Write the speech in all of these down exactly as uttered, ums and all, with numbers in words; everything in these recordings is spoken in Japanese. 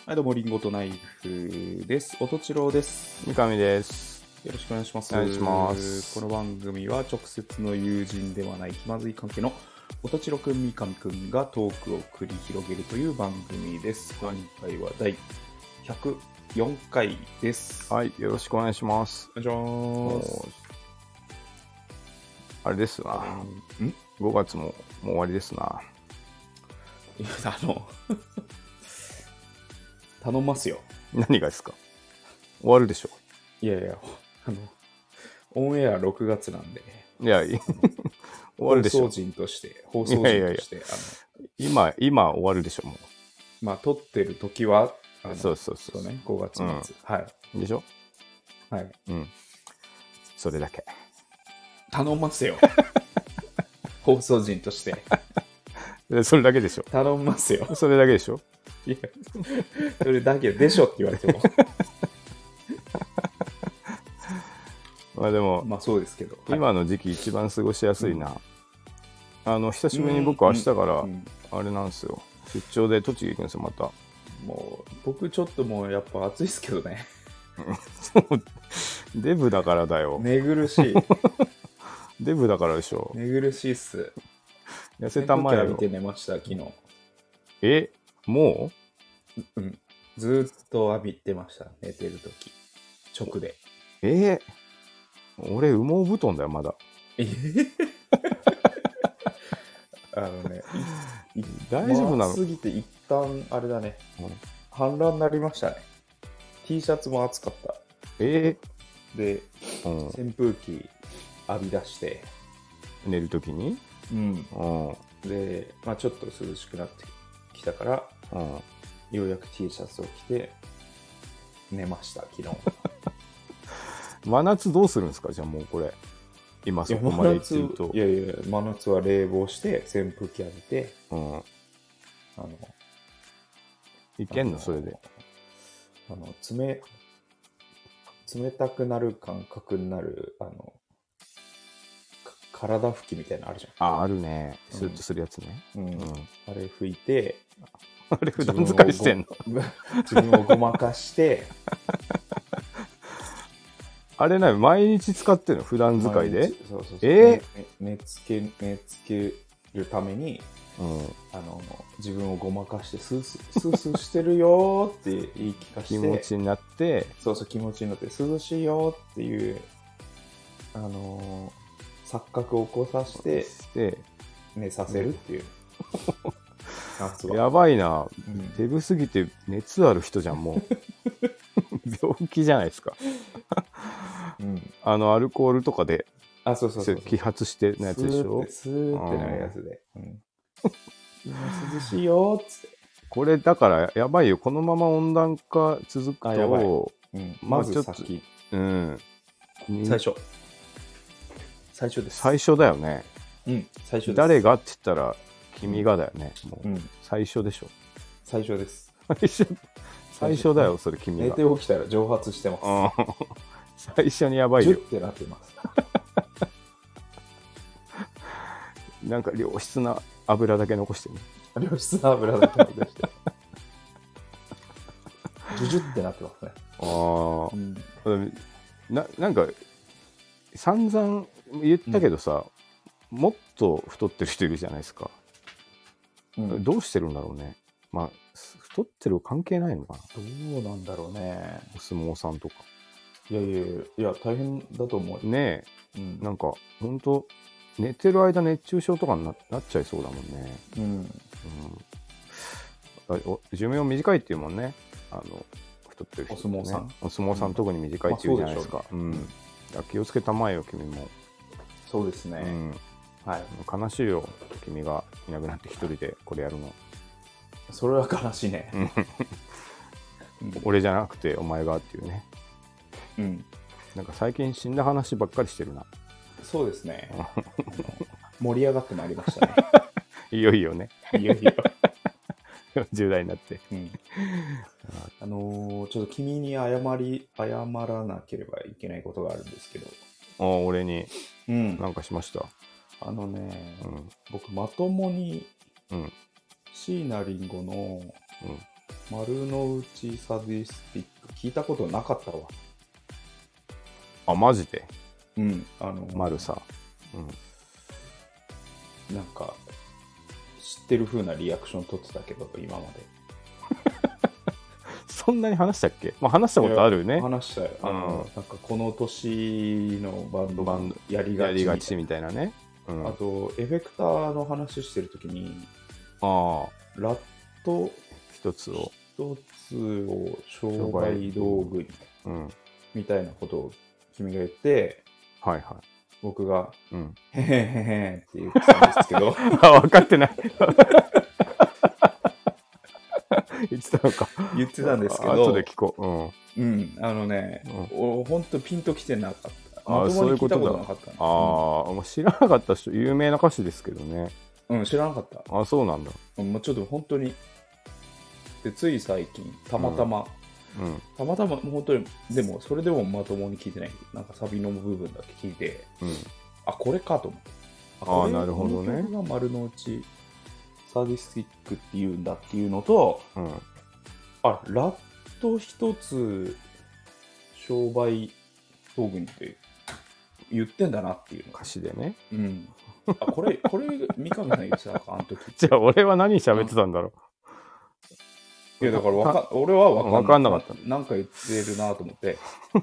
はい、どうも、リンゴとナイフです。おとちろうです。 三上です。 よろしくお願いします。 お願いします。 この番組は直接の友人ではない気まずい関係のおとちろくん、三上くんがトークを繰り広げるという番組です。今回はだいひゃくよんかいです。 はい、よろしくお願いします。 お願いします。 あれですな。ん ?ご 月ももう終わりですな。 いや、あの、頼んますよ。 何がですか？終わるでしょ。 いやいや、あの、オンエアろくがつなんで。 いや、いい終わるでしょ。 放送人として、放送人として、 いやいやいやあの今、今終わるでしょ、もう。 まあ、撮ってる時は、あのそうそうそう。 そうね、ごがつ末、うん。はい。 でしょ？ はい。 うん。それだけ。 頼ますよ。放送人として。 それだけでしょ。 頼みますよ。 それだけでしょ。 いや、それだけでしょって言われても。 まあでも、 まあそうですけど。 今の時期一番過ごしやすいな。うん、あの、久しぶりに僕明日から、あれなんですよ。出張で栃木行くんですよ、また。 もう、僕ちょっともうやっぱ暑いですけどね。 デブだからだよ。 寝苦しい。 デブだからでしょ。 寝苦しいっす。 痩せたまえよ。 扇風機浴びて寝ました、昨日。 え、もううん。ずーっと浴びてました、寝てるとき。直で。 えー、俺、羽毛布団だよ、まだ。 えあのね、 大丈夫なの？ 暑すぎて一旦、あれだね、うん、反乱になりましたね。T シャツも暑かった。 えー、で、うん、扇風機浴び出して。 寝るときに？ うん。うん、で、まあちょっと涼しくなってきたから、うん、ようやく T シャツを着て寝ました、昨日。 真夏どうするんですか？じゃあもうこれ。今そこまで行ってると。 いやいや、真夏は冷房して扇風機浴びて、うん、あの、 いけんのそれで。 あの、冷、冷たくなる感覚になる、あの、体拭きみたいなのあるじゃん。 あ、あるね。スーッとするやつね。 うん。うん、あれ拭いて、 あれ普段使いしてんの？ 自分をごまかして、 あれなに毎日使ってるの？普段使いで？ そうそうそう。 えー、 寝つけ、寝つけるために、 うん、 あの自分をごまかしてスースースースーしてるよって言い聞かせて気持ちになって、 そうそう気持ちになって涼しいよっていうあのー、錯覚を起こさせてして寝させるっていう、 うん、やばいな、うん、デブすぎて熱ある人じゃんもう病気じゃないですか、うん、あのアルコールとかであそうそうそうそう揮発してのやつでしょ。 スーってなるやつで、うん、今涼しいよっつって。 これだからやばいよ、このまま温暖化続くと、 うん、まず先、 うん、 最初最初です。 最初だよね。 うん、最初です。 誰がって言ったら君がだよね。もう、うん、最初でしょ。 最初です。 最初、最初だよ、それ君が。 寝て起きたら蒸発してます。 最初にやばいよ。 ジュッてなってます。 なんか良質な油だけ残してる。 良質な油だけ残して。ジュジュってなってますね。 ああ、うん、な、なんか散々言ったけどさ、うん、もっと太ってる人いるじゃないですか、うん、どうしてるんだろうね。まあ太ってる関係ないのかな。 どうなんだろうね。 お相撲さんとか。 いやいやいや大変だと思うねえ、うん、なんかほんと寝てる間熱中症とかに な, なっちゃいそうだもんね。うん、うん、寿命短いっていうもんね、あの太ってる人、ね、 お相撲さんお相撲さん、うん、特に短いっていうじゃないですか、まあそうでしょうね。うん、気をつけたまえよ君も。 そうですね、うん、はい、 悲しいよ君がいなくなって一人でこれやるの。 それは悲しいね俺じゃなくてお前がっていうね。 うん、 なんか最近死んだ話ばっかりしてるな。 そうですね盛り上がってまいりましたねいよいよねいよいよじゅう代になって、 うん、あのー、ちょっと君に謝り謝らなければいけないことがあるんですけど。 あ、俺に何、 うん、かしました？ あのね、うん、僕まともに、うん、椎名林檎の、うん、 丸の内サディスティック聞いたことなかったわ。 あ、マジで。 うん、あの丸さ、うん、 なんか知ってる風なリアクション取ってたけど今まで。 そんなに話したっけ？まあ、話したことあるね。 話したよ。あの、うん、なんかこの年のバンドバンドやりがちやりがちみたいなね。 うん、あとエフェクターの話してるときに、 あラット一つを一つを商売道具に、うん、みたいなことを君が言って、 はいはい。 僕が、 うん、 へへへへって言ってたんですけど、 あ、分かってない。言ってたのか。 言ってたんですけど、 後で聞こう。 うん、うん、あのね、うん、本当ピンときてなかった。 あ、そういうことだ。ああ、うん、知らなかった人、有名な歌詞ですけどね。 うん、知らなかった。 あ、そうなんだ。 うん、もうちょっと本当に。で、つい最近、たまたま、 うんうん、 たまたま、本当に、でも、それでもまともに聞いてない。なんかサビの部分だけ聞いて、うん、あ、これかと思って。 ああ、なるほどね。 これが丸の内サディスティックっていうんだっていうのと、うん、あ、ラット一つ商売道具にって言ってんだなっていうの歌詞でね。 うん。あ、これ、これ、三上さん言ってたのか、あの時。 じゃあ、俺は何喋ってたんだろう。いや、だからわか、俺はわかんなかった。 なんか言ってるなと思って。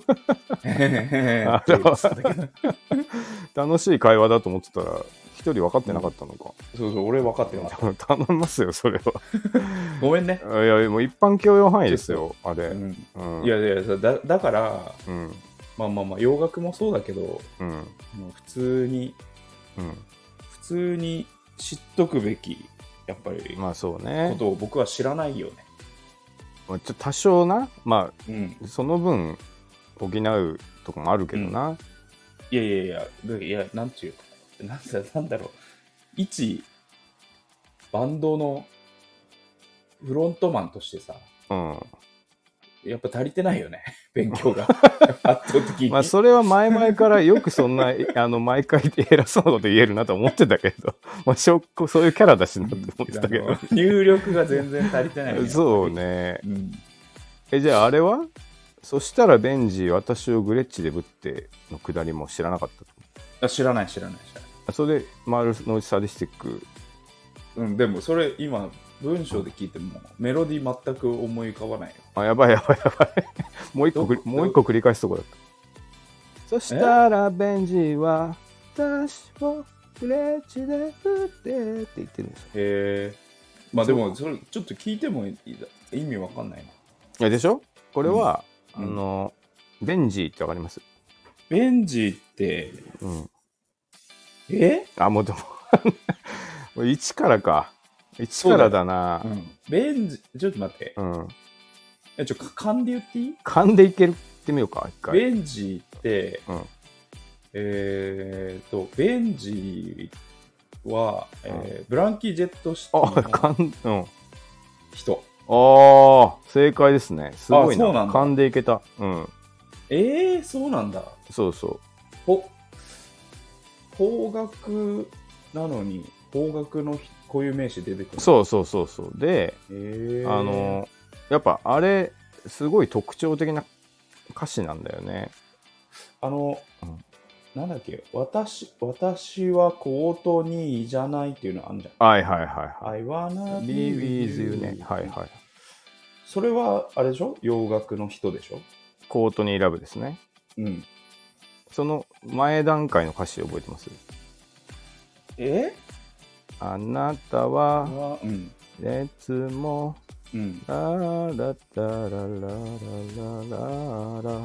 楽しい会話だと思ってたら、一人分かってなかったのか。 うん、そうそう、俺分かってなかった。 頼みますよ、それは。 ごめんね。 いや、もう一般教養範囲ですよ、あれ。 うんうん、いやいや、だ, だから、うん、まあまあまあ、洋楽もそうだけど、うん、もう普通に、うん、普通に知っとくべき、やっぱり、 まあそうね。 ことを僕は知らないよね。 まあ、ちょ多少な、まあ、うん、その分補うとこもあるけどな。うん、 いやいやいや、いや、なんていうか、なんだ、なんだろう、一バンドのフロントマンとしてさ、うん、やっぱ足りてないよね、勉強が。圧倒的に。 まあそれは前々からよくそんなあの毎回偉そうなこと言えるなと思ってたけど、まあ、そういうキャラだしなって思ってたけど、 入力が全然足りてない、ね、 そうね、うん、えじゃああれはそしたらベンジ私をグレッチでぶってのくだりも知らなかったと。 あ、知らない知らない知らない。 それで丸の内サディスティック、 うん、でもそれ今文章で聞いてもメロディー全く思い浮かばないよ。 あ、やばいやばいやばい。もう一個もう一個繰り返すとこだった。そしたらベンジは私をグレッチで振ってって言ってるんですよ。 へえ。まあでもそれちょっと聞いても意味わかんないな。いやでしょ。これは、うん、あのベンジってわかります？ ベンジって、うん、え？ あ、もうでもいちからか。いちからだな。 うん、ベンジ、ちょっと待って。うん。え、ちょ、勘で言っていい？ 勘でいけるってみようか、一回。 ベンジって、うん、えーと、ベンジは、うん、えー、ブランキー・ジェット・シティの人。 ああ、正解ですね。すごいな。そうなんだ。勘でいけた。うん。 えー、そうなんだ。 そうそう。 ほ、邦楽なのに、邦楽の固有名詞出てくる。 そうそうそうそう。で、あのやっぱあれすごい特徴的な歌詞なんだよね。 あの、うん、なんだっけ、私私はコートニーじゃないっていうのあるじゃん。 はいはいはいはい。 I wanna be with you ね。はいはい。 それはあれでしょ？洋楽の人でしょ？ コートニーラブですね。うん。その前段階の歌詞覚えてます？ え？ あなたは、うん、いつも、うん、ララタララララララ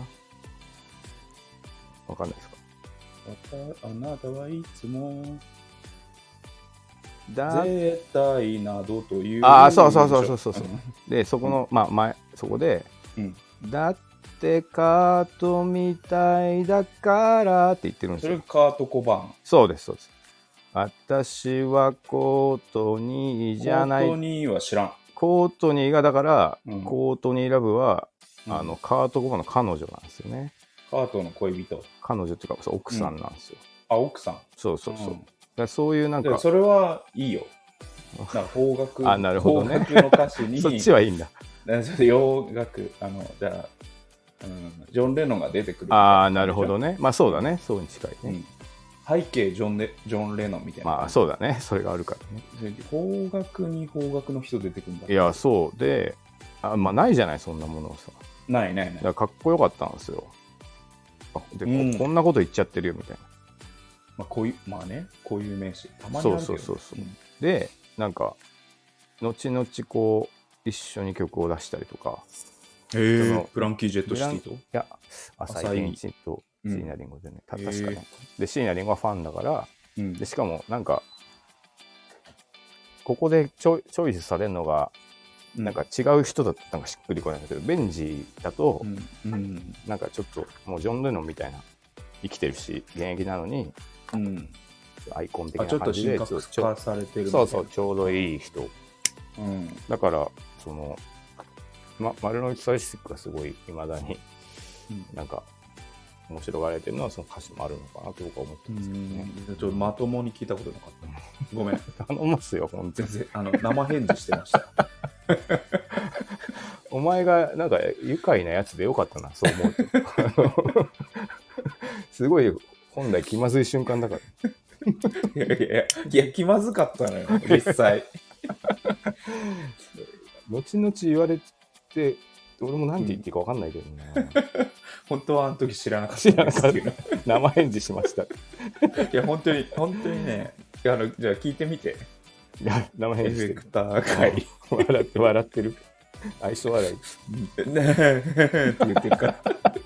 わかんないですか？ あなたはいつも絶対などという。 ああ、そうそうそうそうそうそう。で、そこの、まあ前、そこで、うん、だってカートみたいだからって言ってるんですよ。 それカート小判。 そうですそうです。私はコートニーじゃない。 コートニーは知らん。 コートニーがだから、うん、コートニーラブは、うん、あのカート小判の彼女なんですよね。 カートの恋人。 彼女っていうか奥さんなんですよ。 うん、あ、奥さん。 そうそうそう。うん、だそういうなんか。 それはいいよ。なんか邦楽。 あ、なるほどね。 邦楽の歌詞に。 そっちはいいんだ。 らちょっと洋楽、あの、じゃあ、うん、ジョン・レノンが出てくる。 ああ、なるほどね。まあそうだね。そうに近いね。 うん背景ジョンレ、ジョン・レノンみたいな。 まあそうだね。それがあるからね。 邦楽に邦楽の人出てくるんだ。 いや、そうで、あまあないじゃない、そんなものをさ。 ないないない。 だからかっこよかったんですよ。あで、 うんこ、こんなこと言っちゃってるよみたいな。 まあ、こういう、まあね、こういう名詞、たまにあるけど、 そうそうそうそう。 んで、なんか、後々こう、一緒に曲を出したりとか。 へそのブランキー・ジェット・シティといや、浅井健一と椎名林檎でね、た確かへね。で、椎名林檎はファンだから、 うんでしかもなんか、ここでチョイチョイスされるのが、なんか違う人だったのがしっくりこないんだけど、ベンジーだと、 うんうんなんかちょっともうジョン・レノンみたいな、生きてるし、現役なのに、 うんアイコン的あちょっとな感じで、 神格化されてるみたいなそうそう、ちょうどいい人。 うんだから、その、ま、丸の内サイスティックがすごい、いまだに、 うんなんか、面白がられてるのはその歌詞もあるのかなと僕は思ってうますけどね。 んちょっとまともに聞いたことなかったごめん頼みますよ、本当に。 全然あの生返事してましたお前がなんか愉快なやつでよかったな、そう思うと。すごい本来気まずい瞬間だから。 いやいやいや気まずかったのよ実際後々言われて、俺も何て言っていいか分かんないけどな。 本当はあの時知らなかったんですけど生返事しました。いいや本当に本当にねあのじゃあ聞いてみてや、生返事してる。 エフェクター会笑って笑ってる。愛想笑い。 ねえって言ってるから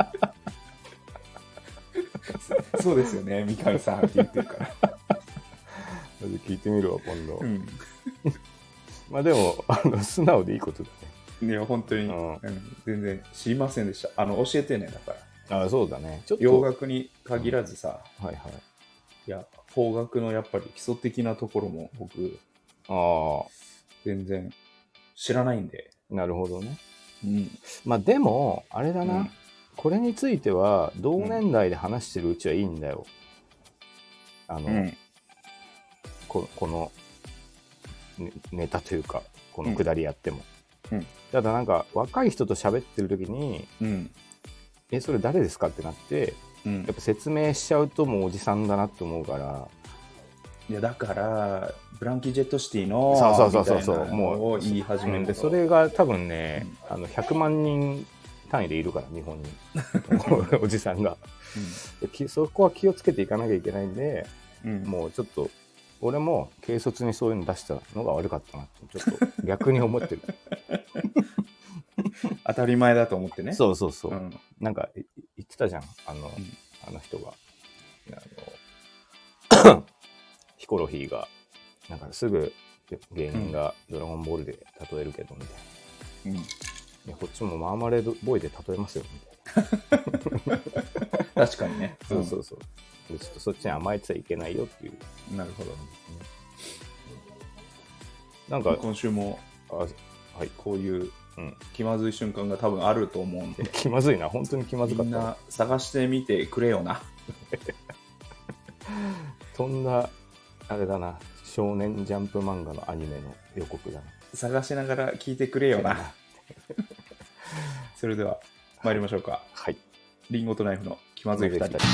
そうですよね三上さんって言ってるから聞いてみるわ、今度。 うんまあでも、あの素直でいいことだね。 いや本当に、 うんうん全然知りませんでしたあの教えてねだからああ、そうだね。ちょっと。 洋楽に限らずさ、 はいはい。 いや邦楽のやっぱり基礎的なところも僕あ全然知らないんで、 あ、なるほどね。 うんまあでも、あれだな。 うんこれについては、同年代で話してるうちはいいんだよ。あの、 うんここのネネタというか、このくだりやっても。 うんうんただなんか、若い人と喋ってる時に、 うんえ、それ誰ですかってなって、 うんやっぱ説明しちゃうともうおじさんだなって思うから、 いやだからブランキー・ジェット・シティのそうそうそうそうみたいなのを言い始めるとでそれが多分ね、あのひゃくまんにん単位でいるから日本におじさんが、うん、きそこは気をつけていかなきゃいけないんで、うん、もうちょっと俺も軽率にそういうの出したのが悪かったなってちょっと逆に思ってる当たり前だと思ってね。 そうそうそう、 うん、 なんか言ってたじゃんあの、うん、あの人があのヒコロヒーがなんかすぐ芸人がドラゴンボールで例えるけどみたいな、うん、いやこっちもマーマレードボーイで例えますよみたいな確かにねそうそうそう、うん、ちょっとそっちに甘えちゃいけないよっていう。 なるほど、 なんか今週もあ、はい、 こういう気まずい瞬間が多分あると思うんで、 気まずいな本当に気まずかった。 みんな探してみてくれよなそんなあれだな、少年ジャンプ漫画のアニメの予告だな。 探しながら聞いてくれよなそれでは参りましょうか。 はい、 リンゴとナイフの気まずいふたり。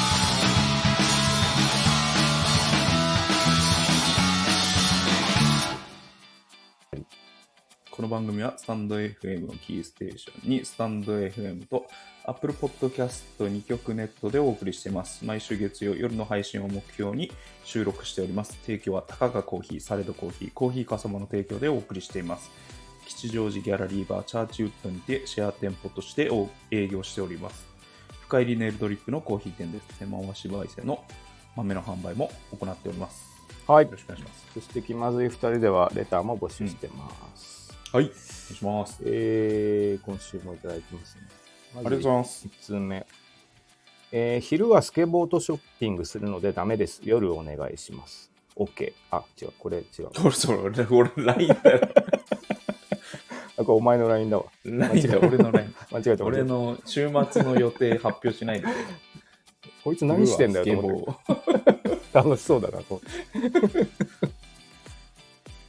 この番組はスタンド エフエム をキーステーションにスタンド エフエム と Apple Podcast にきょくネットでお送りしています。毎週月曜夜の配信を目標に収録しております。提供はたかがコーヒー、サレドコーヒー、コーヒーかさまの提供でお送りしています。吉祥寺ギャラリーバーチャーチウッドにてシェア店舗として営業しております。深入りネイルドリップのコーヒー店です。手回し焙煎の豆の販売も行っております。 はい、 よろしくお願いします。 そして気まずいふたりではレターも募集してます。 うん、はい、お願いします。 えー、今週もいただいてますね。 ま、ありがとうございます。 いつつめ、えー、昼はスケボーとショッピングするのでダメです。夜お願いします。OK。あ、違う、これ違う。 これそれ俺、俺、ラインだよ。 あ、これお前の ライン だわ。 ラインだよ、俺の ライン。 間違えた。 俺の週末の予定発表しないで。 こいつ何してんだよと思って。楽しそうだなと。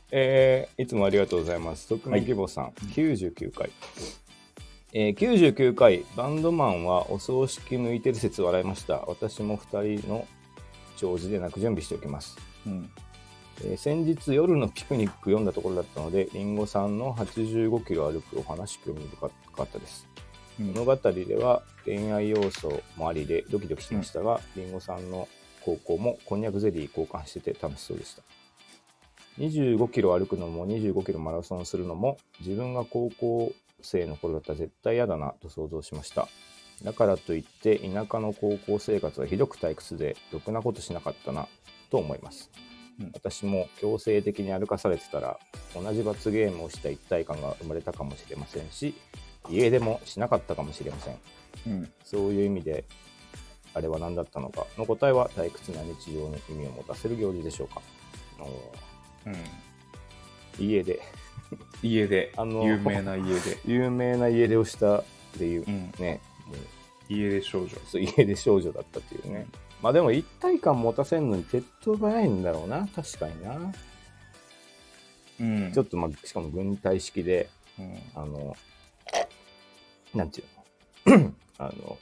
えー、いつもありがとうございます。匿名希望さん、はい、きゅうじゅうきゅうかい、えー、きゅうじゅうきゅうかいバンドマンはお葬式向いてる説笑いました。私もふたりの弔辞でなく準備しておきます、うんえー、先日夜のピクニック読んだところだったので、リンゴさんのはちじゅうごキロ歩くお話興味深かったです、うん、物語では恋愛要素もありでドキドキしましたが、うん、リンゴさんの高校もこんにゃくゼリー交換してて楽しそうでした。にじゅうごキロ歩くのもにじゅうごキロマラソンするのも自分が高校生の頃だったら絶対嫌だなと想像しました。だからといって田舎の高校生活はひどく退屈でろくなことしなかったなと思います、うん、私も強制的に歩かされてたら同じ罰ゲームをした一体感が生まれたかもしれませんし、家出もしなかったかもしれません、うん、そういう意味であれは何だったのかの答えは退屈な日常に意味を持たせる行事でしょうか。うん、家出家出あの有名な家出有名な家出をしたっていう、うん、ね、もう家出少女そう家出少女だったっていうね、うん、まあでも一体感持たせるのに手っ取り早いんだろうな、確かにな、うん、ちょっとまあしかも軍隊式で、うん、あのなんていうのあの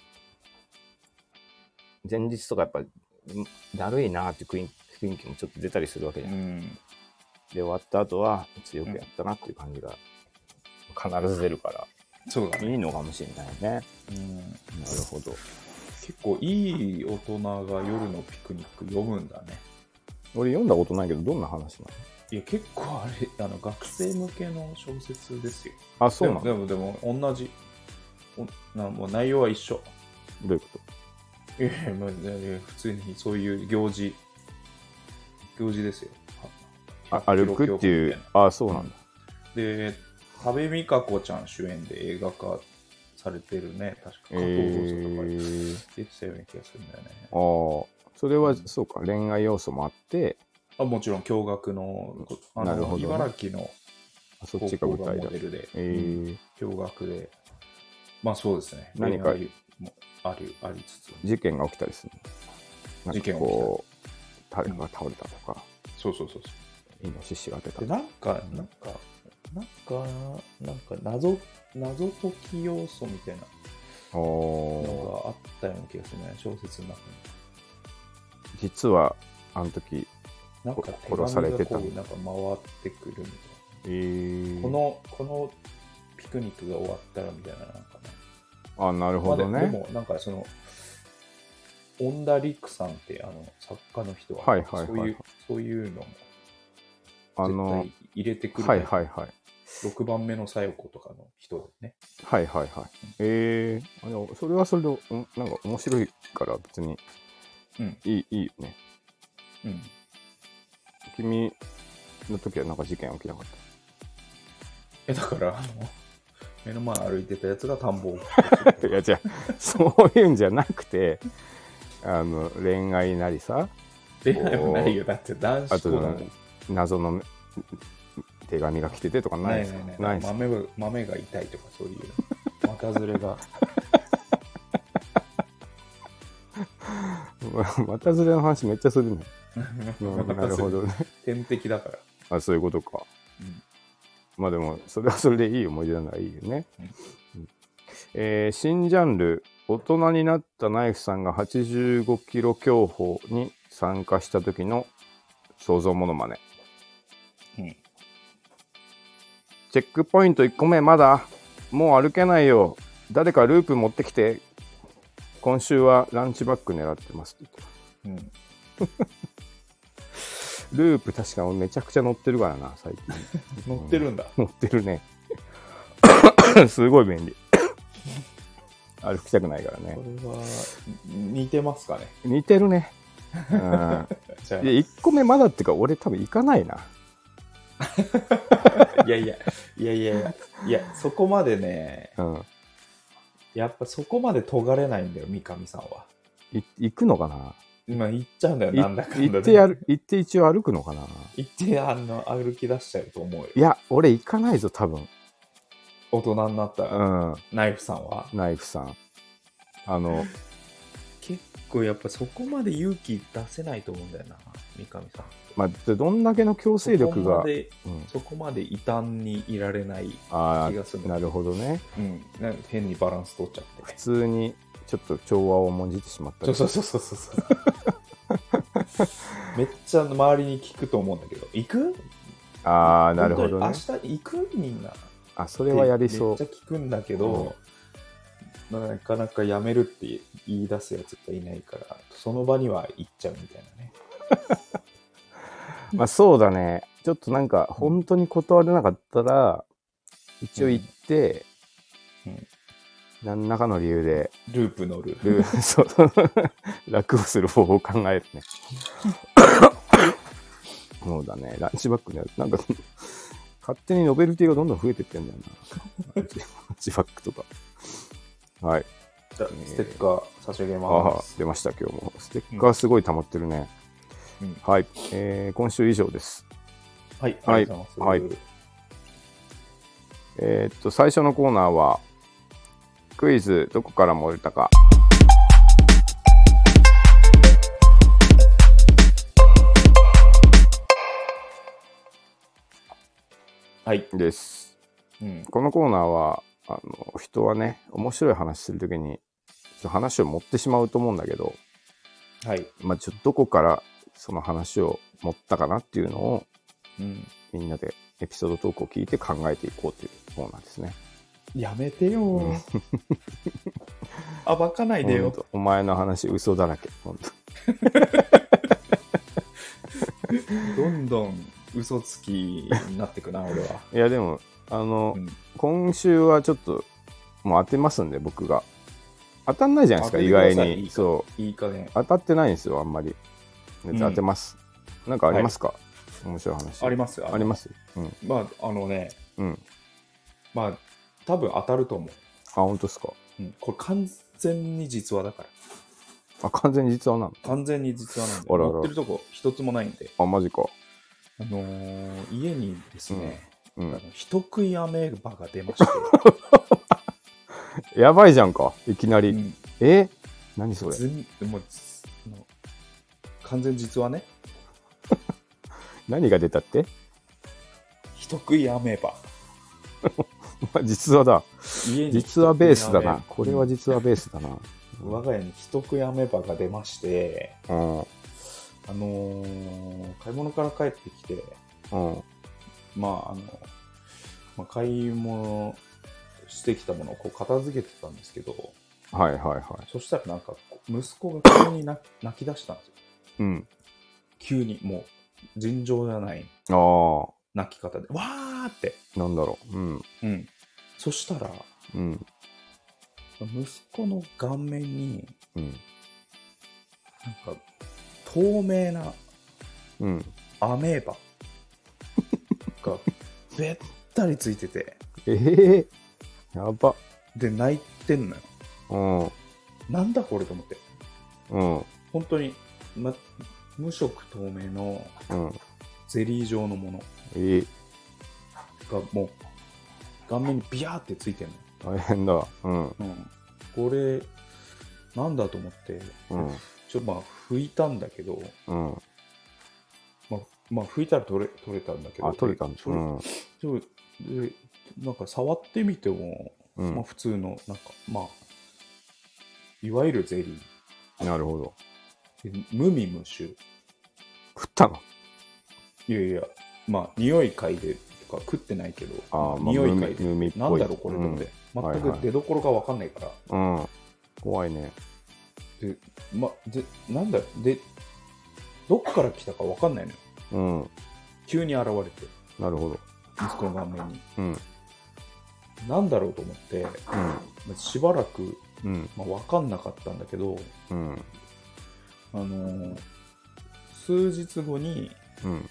前日とかやっぱだるいなって雰囲気もちょっと出たりするわけじゃん、うん、で終わった後は強くやったなっていう感じが必ず出るから、 うん、そうだね、 いいのかもしれないね、うん、なるほど。 結構いい大人が夜のピクニック読むんだね。 俺読んだことないけどどんな話なの？ いや結構あれあの学生向けの小説ですよ。 あ、そうなの？ でもでもでも同じなもう内容は一緒。 どういうこと？ いやいや、まあ、普通にそういう行事行事ですよ。 あ歩くっていう。あ、そうなんだ。 で多部未華子ちゃん主演で映画化されてるね、確か加藤豪さんとか出てたような気がするんだよね。 ああ、それは、うん、そうか、恋愛要素もあって、 あもちろん共学の、あのなるほど、ね、茨城の高校がモデルで、えー、共学で、まあそうですね。 何かもありありつつ事件が起きたりするの？ 事件が起きたり、誰かが倒れたとか、 うん、そうそうそうそう。 イノシシが出た。 でなんかなんかなんかなんか謎謎解き要素みたいなのがあったような気がするね、小説の中に。 実はあの時なんか殺されてた。なんか回ってくるみたいな。えー、このこのピクニックが終わったらみたいななんかね。 あ、なるほどね。まあ、 で, でもなんかその恩田陸さんってあの作家の人は、 はいはいはいはい、 そういうそういうのもあの絶対入れてくる、 はいはいはい、 ろくばんめの小夜子とかの人でね。 はいはいはい。えー、あのそれはそれでなんか面白いから別に、うん、いいいいよね。うん。君の時はなんか事件起きなかった？ えだからあの目の前歩いてたやつが田んぼをいやじゃあそういうんじゃなくてあの恋愛なりさ、 恋愛もないよ、だって男子校なのに謎の手紙が来ててとかないですか？ ないないない、ない豆が豆が痛いとかそういう股ずれが股ずれの話めっちゃするねなるほどね。 天敵だから。 あ、そういうことか、うん、まあでもそれはそれでいい思い出ならいいよね、うんうん。えー、新ジャンル大人になったナイフさんがはちじゅうごキロ競歩に参加した時の想像モノマネ、うん、チェックポイントいっこめまだもう歩けないよ、誰かループ持ってきて、今週はランチバッグ狙ってますって言ってた、うんループ確かめちゃくちゃ乗ってるからな最近乗ってるんだ、 うん、乗ってるねすごい便利歩きたくないからね。 これは似てますかね？ 似てるね、うん、じゃあいやいっこめまだってか俺多分行かないないやいやいやいやいやそこまでね、うん、やっぱそこまで尖れないんだよ三上さんは。 い行くのかな？ 今行っちゃうんだよ、なんだかんだで。 行ってやる、行って一応歩くのかな？ 行ってあの歩き出しちゃうと思うよ。 いや俺行かないぞ多分。 大人になったら、うん、ナイフさんはナイフさんあの結構やっぱそこまで勇気出せないと思うんだよな、三上さん。 まあ、どんだけの強制力が。 そこまで、 うん、 そこまで異端にいられない気あがする。 あ、なるほどね。 うん。なんか変にバランス取っちゃって。 普通にちょっと調和を重んじてしまったり。 そうそうそうそうそう。めっちゃ周りに聞くと思うんだけど、行く？ ああ、なるほどね。 明日行く？みんな。 あ、それはやりそう。 めっちゃ聞くんだけど、うん、なかなかやめるって言い出すやつがいないから、その場には行っちゃうみたいなね。 まあそうだね。ちょっとなんか本当に断れなかったら、うん、一応行って、うんうん、何らかの理由でループ乗る。 ルーそう楽をする方法を考えるね。そうだね。ランチバッグね、なんか勝手にノベルティがどんどん増えてってんだよな。ランチバッグとか。はい。 じゃあ、えー、ステッカー差し上げます。 あ出ました今日も。ステッカーすごい溜まってるね。うん、はい、えー。今週以上です。 はい。ありがとうございます。はい。 えー、っと最初のコーナーはクイズどこから漏れたか。 はいです、 うん、 このコーナーはあの人はね面白い話するときに話を持ってしまうと思うんだけど、 はいまあ、ちょっとどこからその話を持ったかなっていうのを、うん、みんなでエピソードトークを聞いて考えていこうというコーナーですね。 やめてよー暴かないでよ。 お前の話嘘だらけ。ほんとどんどん嘘つきになってくな俺は。 いやでもあの、うん、今週はちょっともう当てますんで僕が当たんないじゃないですか意外に。 いいそういい加減当たってないんですよあんまり。当てます、うん、なんかありますか、はい、面白い話。 ありますよ。 あります。 うん、まああのね、 うん、 まあ多分当たると思う。 あ本当ですか、 うん、これ完全に実話だから。 あ完全に実話なの。 完全に実話なんであらら載ってるとこ一つもないんで。 あマジか。 あのー、家にですね、 うんうん、 あの人食いアメーバが出ましてやばいじゃんかいきなり、うん、え何それ。 もう完全実話ね何が出たって。 人食いアメーバ実話だ。実話ベースだな。これは実話ベースだな。 我が家に人食いアメーバが出まして、 うん、 あのー、買い物から帰ってきて、 うん、 まああの、まあ、買い物してきたものをこう片付けてたんですけど、 はいはいはい。 そしたらなんか息子が急に泣き出したんですよ。 うん。 急にもう尋常じゃない泣き方で、わーって。 なんだろう。うん。 うん。そしたら、 うん、 息子の顔面に、 うん、 なんか透明なアメーバがべったりついてて、 えー、やば。 で泣いてんのよ。 うん。 なんだこれと思って。 うん。 本当に、ま、無色透明のゼリー状のものがもう顔面にビヤーってついてんの。大変だ。うん。うん、 これなんだと思って、 うん、 ちょっとまあ拭いたんだけど、 うん、 まあ、まあ拭いたら取れ取れたんだけど、 あ取れたんです。うん、 ちょでなんか触ってみても、 うん、 まあ普通のなんかまあいわゆるゼリー。なるほど。 無味無臭。 食ったの？ いやいや、まあ匂い嗅いでとか食ってないけど、 あ、まあ、 匂い嗅いで無味っぽい。 なんだろうこれと思って、うん、全く出所が分かんないから、 はいはい、うん、怖いね。 で、ま、で、なんだで、どっから来たか分かんないのよ。 うん。 急に現れて。 なるほど。 息子の顔面に。 うん。 なんだろうと思って、うん、しばらく、 うん、 まあ、分かんなかったんだけど、 うん、 あのー、数日後に、 うん、 あの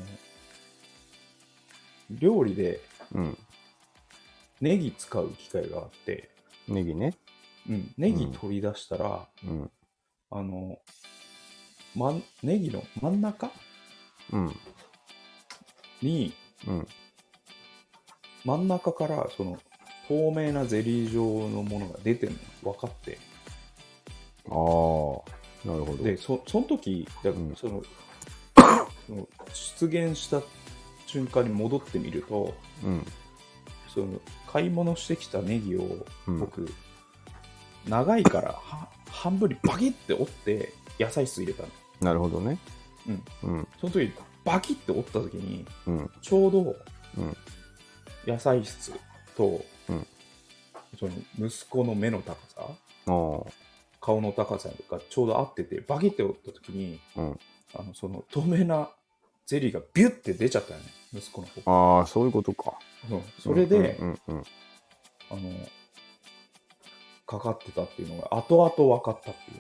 料理で、 うん、 ネギ使う機会があって、 ネギね。 うん、ネギ取り出したら、 うん、 あの、ま、ネギの真ん中、 うん、 に、 うん、 真ん中からその透明なゼリー状のものが出てるのが分かって、 ああ、 なるほど。 で、そその時だからその、うん、その出現した瞬間に戻ってみると、うん、その買い物してきたネギを僕、うん、長いから半分にバキッて折って野菜室入れたの。 なるほどね。 うんうん、その時バキッて折った時に、うん、ちょうど野菜室と、うん、その息子の目の高さ、顔の高さがちょうど合ってて、バキッて折った時に、うん、あのその透明なゼリーがビュッて出ちゃったよね、息子の方。 ああ、そういうことか。 そうそれで、うんうんうんうん、あのかかってたっていうのが後々分かったっていう。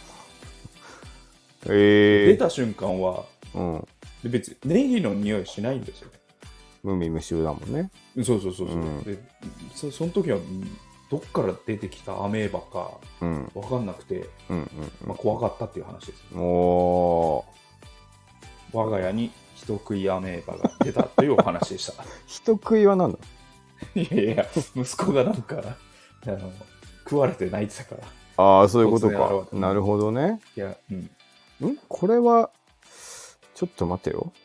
えー、出た瞬間は、うん、で別にネギの匂いしないんですよ。 無味無臭だもんね。 そうそうそうそう、うん、で そ, その時はどっから出てきたアメーバか分かんなくて、うんうんうんまあ、怖かったっていう話です、ね。おー、我が家に人食いアメーバが出たというお話でした。 人食いは何だ？ いやいや、息子がなんかあの食われて泣いてたから。 ああ、そういうことか。なるほどね。 いや、うん。 んこれはちょっと待てよ。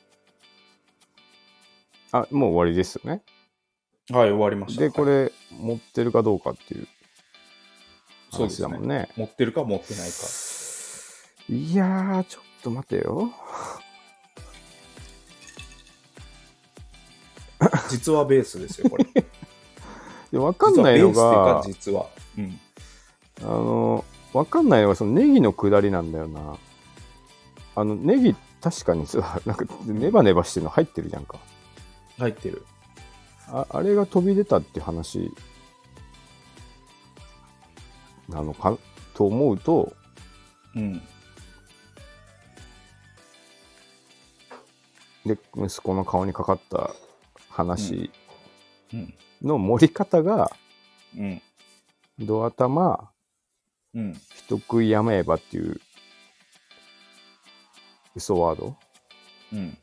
あ、もう終わりですよね。 はい、終わりました。 で、これ、はい、持ってるかどうかっていう話だもんね。 ね、持ってるか持ってないか。 いやー、ちょっと待てよ。 実はベースですよ、これ。いや、わかんないのが、 実はベースっていうか、 実は。うん。あの、わかんないのが、そのネギの下りなんだよな。あの、ネギ、確かにさ、なんか、ネバネバしてるの入ってるじゃんか。 入ってる。 あ, あれが飛び出たって話なのかと思うと、うん、で息子の顔にかかった話の盛り方が、うん、ドア玉、うん、人食いやめえばっていう嘘ワード、うん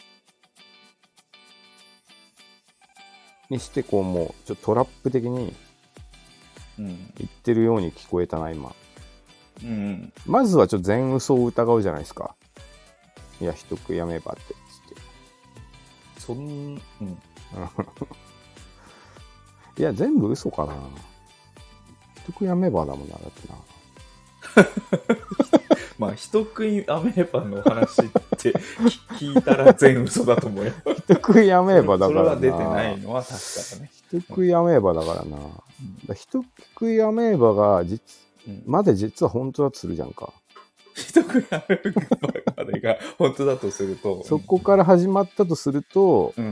にしてこうもうちょっとトラップ的に言ってるように聞こえたな今、うんうん、まずはちょっと全嘘を疑うじゃないですか。いや人食いやめばってつってそん、うん、 いや全部嘘かな。人食いやめばだもんなだってな。 まあ人食いアメーバの話って聞いたら全嘘だと思うよ。 人食いアメーバだからな。 それは出てないのは確かだね。 人食いアメーバだからな。うん、人食いアメーバが実、うん、まで実は本当だとするじゃんか。 人食いアメーバまでが本当だとすると、 そこから始まったとすると、うん、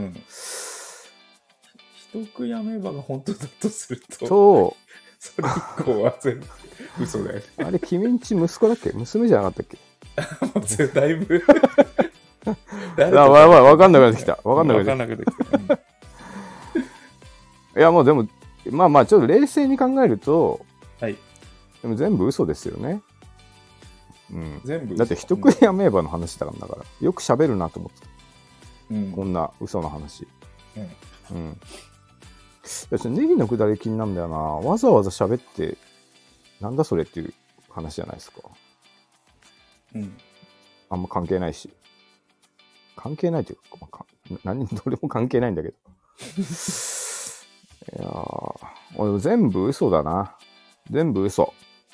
人食いアメーバが本当だとすると、 とそれ以降は全部嘘だよね。 あれ君んち息子だっけ娘じゃなかったっけ？ だいぶ誰かわわわかんなくなってきた。わかんなくなってきた。いやもうでもまあまあちょっと冷静に考えると、はい、でも全部嘘ですよね。うん、全部だって人食いアメーバの話だからだからよく喋るなと思ってた、うん、こんな嘘の話。うん。うん、ネギのくだり気になるんだよな。わざわざ喋ってなんだそれっていう話じゃないですか。うん。あんま関係ないし。関係ないというか、まあ、か何どれも関係ないんだけど。いやー、俺全部嘘だな。全部嘘。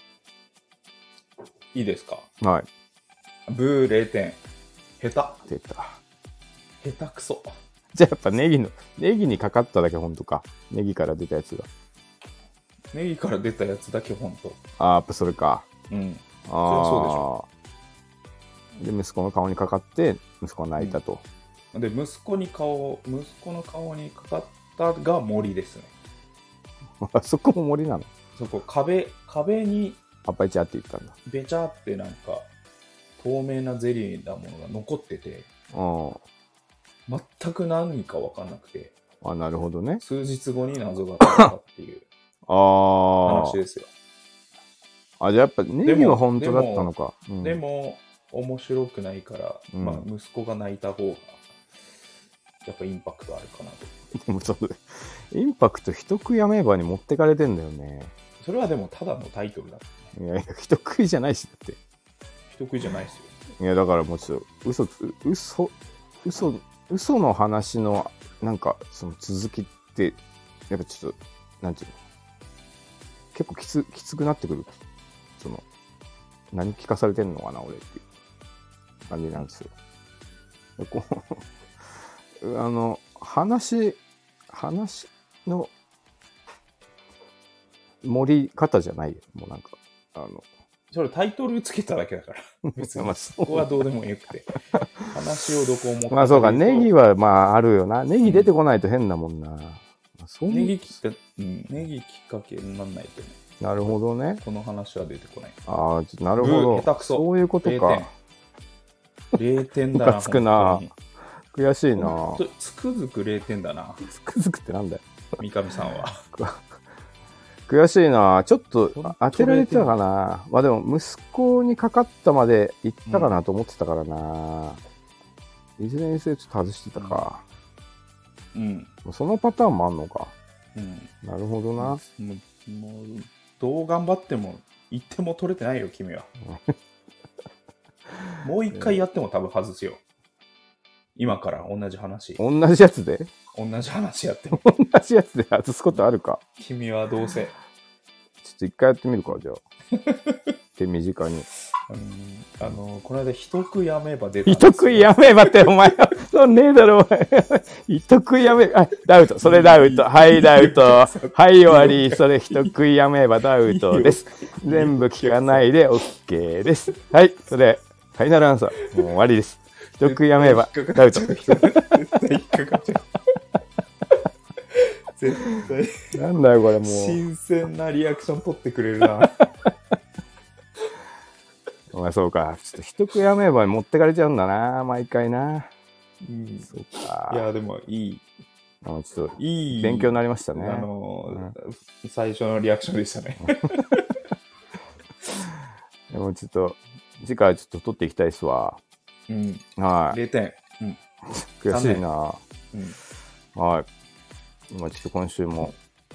いいですか？ はい。 ブーれいてん。下手。出た。 下手くそ。 じゃあやっぱネギの、ネギにかかっただけ本当か。ネギから出たやつが。 ネギから出たやつだけ本当。 ああ、やっぱそれか。 うん。ああ。それはそうでしょ。 で、息子の顔にかかって、息子が泣いたと。 うん、で、息子に顔、息子の顔にかかったが森ですね。 あそこも森なの？ そこ、壁、壁に、 あっぱいちゃって言ったんだ。 べちゃってなんか、透明なゼリーなものが残ってて、うん、全く何か分かんなくて。 あ、なるほどね。 数日後に謎が解けたっていう話ですよ。 あ、じゃあやっぱネギは本当だったのか。 でも、うん、でも面白くないから、うん、まあ息子が泣いた方がやっぱインパクトあるかなと。 でもそうだ。インパクト人食いアメーバに持ってかれてんだよね。 それはでもただのタイトルだ、 ね。いやいや人食いじゃないしだって。 人食いじゃないですよ。 いやだからもうちょっと嘘嘘嘘嘘の話のなんかその続きってやっぱちょっとなんていうの結構きつきつくなってくる。その何聞かされてんのかな俺っていう感じなんですよ。こうあの話話の盛り方じゃないよ。もうなんかあのそれタイトルつけただけだから別にそこはどうでもよくて話をどこ思ったまあそうか、ネギはまああるよな。ネギ出てこないと変だもんな。 うん、ネギきっかけ、うん、ネギきっかけになんないとね。 なるほどね。 この話は出てこない。 ああ、なるほど。 下手くそ。 そういうことか。 れいてんだな。 ムカつくな。悔しいな。 つくづくれいてんだな。 つくづくってなんだよ。 三上さんは。 悔しいな。ちょっと当てられてたかな。まあでも息子にかかったまで行ったかなと思ってたからな。うん、いずれにせよちょっと外してたか。 うん。 そのパターンもあんのか。 うん。 なるほどな。 もう、もうどう頑張っても一点も取れてないよ君は。もう一回やっても多分外すよ。今から同じ話。 同じやつで同じ話やっても。 同じやつで外すことあるか。 君はどうせ。 ちょっと一回やってみるか、じゃあ。手短に。 うん、あの、この間、人食いやめば出たんですよ。人食いやめばって、お前は、そんねえだろ、お前。人食いやめ、あ、ダウト。それダウト。はい、ダウト。はい、終わり。それ人食いやめばダウトです。全部聞かないで OK です。はい、それ、ファイナルアンサー。もう終わりです。人食いやめばダウト。絶対引っかかっちゃう。絶対。なんだよ、これもう。 新鮮なリアクション取ってくれるな。 まあそうか。ちょっと人食いやめば持ってかれちゃうんだな、毎回な。 うん、 そうか。 いや、でもいい。 あのちょっといい勉強になりましたね。 あの、うん、最初のリアクションでしたね。 でもちょっと、次回ちょっと取っていきたいですわ。 うん。 はい。 れいてん。うん。 悔しいな。 うん。 はい。今ちょっと今週も、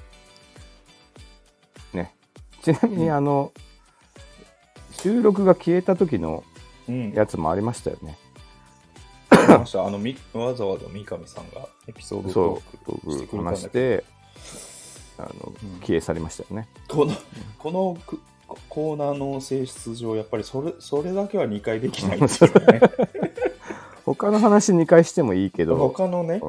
ね。ちなみにあの、うん、収録が消えた時のやつもありましたよね。 ありました。あのみわざわざ三上さんがエピソードトークしてくれたんだけど、 話してあの、うん、消え去りましたよね。 このこのコーナーの性質上やっぱりそれそれだけはにかいできないんですよね。 他の話にかいしてもいいけど、 他のね、 うん、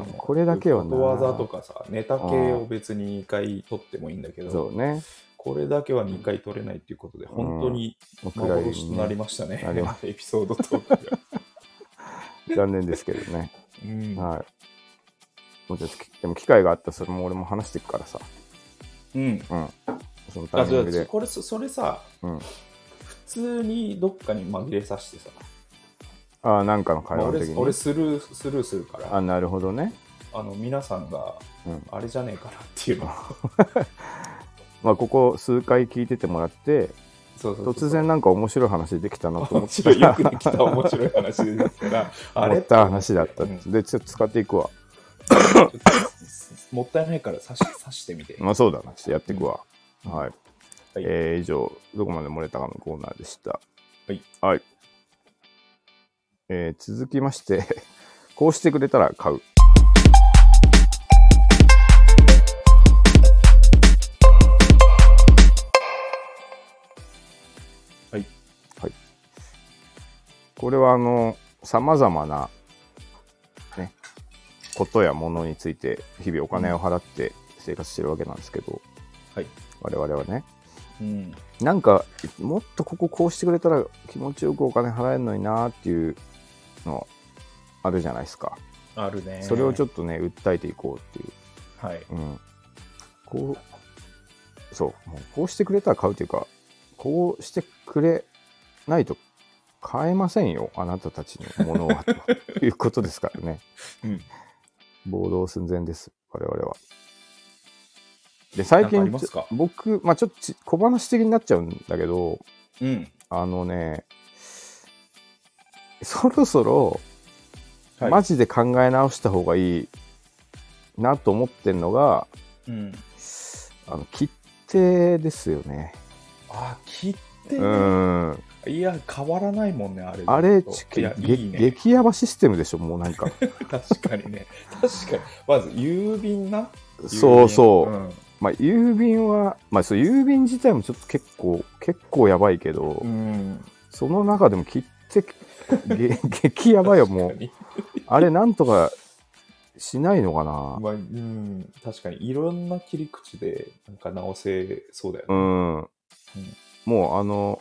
これだけはな。 ことわざとかさ、ネタ系を別ににかい取ってもいいんだけど、 そうね。 これだけはにかい取れないっていうことで、本当に幻となりましたね。うん、エピソードトークが。 残念ですけどね。 うん、 はい。もうちょっとでも機会があったらそれも俺も話していくからさ。 うん。うん。 そのタイミングで。 これそれさ、うん、普通にどっかに紛れさせてさ。 ああ、なんかの会話的に。 まあ、俺, 俺スルースルーするから。 あ、なるほどね。 あの皆さんが、うん、あれじゃねえかなっていうの。 まあここ数回聞いててもらって。そうそうそうそう突然なんか面白い話できたなと思ってたよくできた面白い話できたらあれった話だった、うん、でちょっと使っていくわもったいないから刺し刺してみてまあそうだなちょっとやっていくわ、うん、はい、はい、えー、以上どこまで漏れたかのコーナーでした。 はい、 はい、えー、続きましてこうしてくれたら買う。これはあの様々な、ね、ことやものについて日々お金を払って生活してるわけなんですけど、 はい、 我々はね、 うん、 なんかもっとこここうしてくれたら気持ちよくお金払えるのになっていうのあるじゃないですか。 あるね。 それをちょっとね訴えていこうっていう、 はい、 うん、こうそうもうこうしてくれたら買うというかこうしてくれないと買えませんよあなたたちのものはということですからね、うん、暴動寸前です我々は。で最近僕、まあ、ちょっと小話的になっちゃうんだけど、 うん、 あのねそろそろ、はい、マジで考え直した方がいいなと思ってんのが、 うん、 あの切手ですよね。 あ切手、ね、 うんいや変わらないもんねあれ。 あれいやげいいね。 激ヤバシステムでしょもうなんか確かにね。確かに。まず郵便な。 そうそう、 うん、まあ郵便はまあそう郵便自体もちょっと結構結構やばいけど、 うん、 その中でも切ってげ激ヤバいよもうあれなんとかしないのかな。 まあ、うん、確かにいろんな切り口でなんか直せそうだよね。 うん、うん、もうあの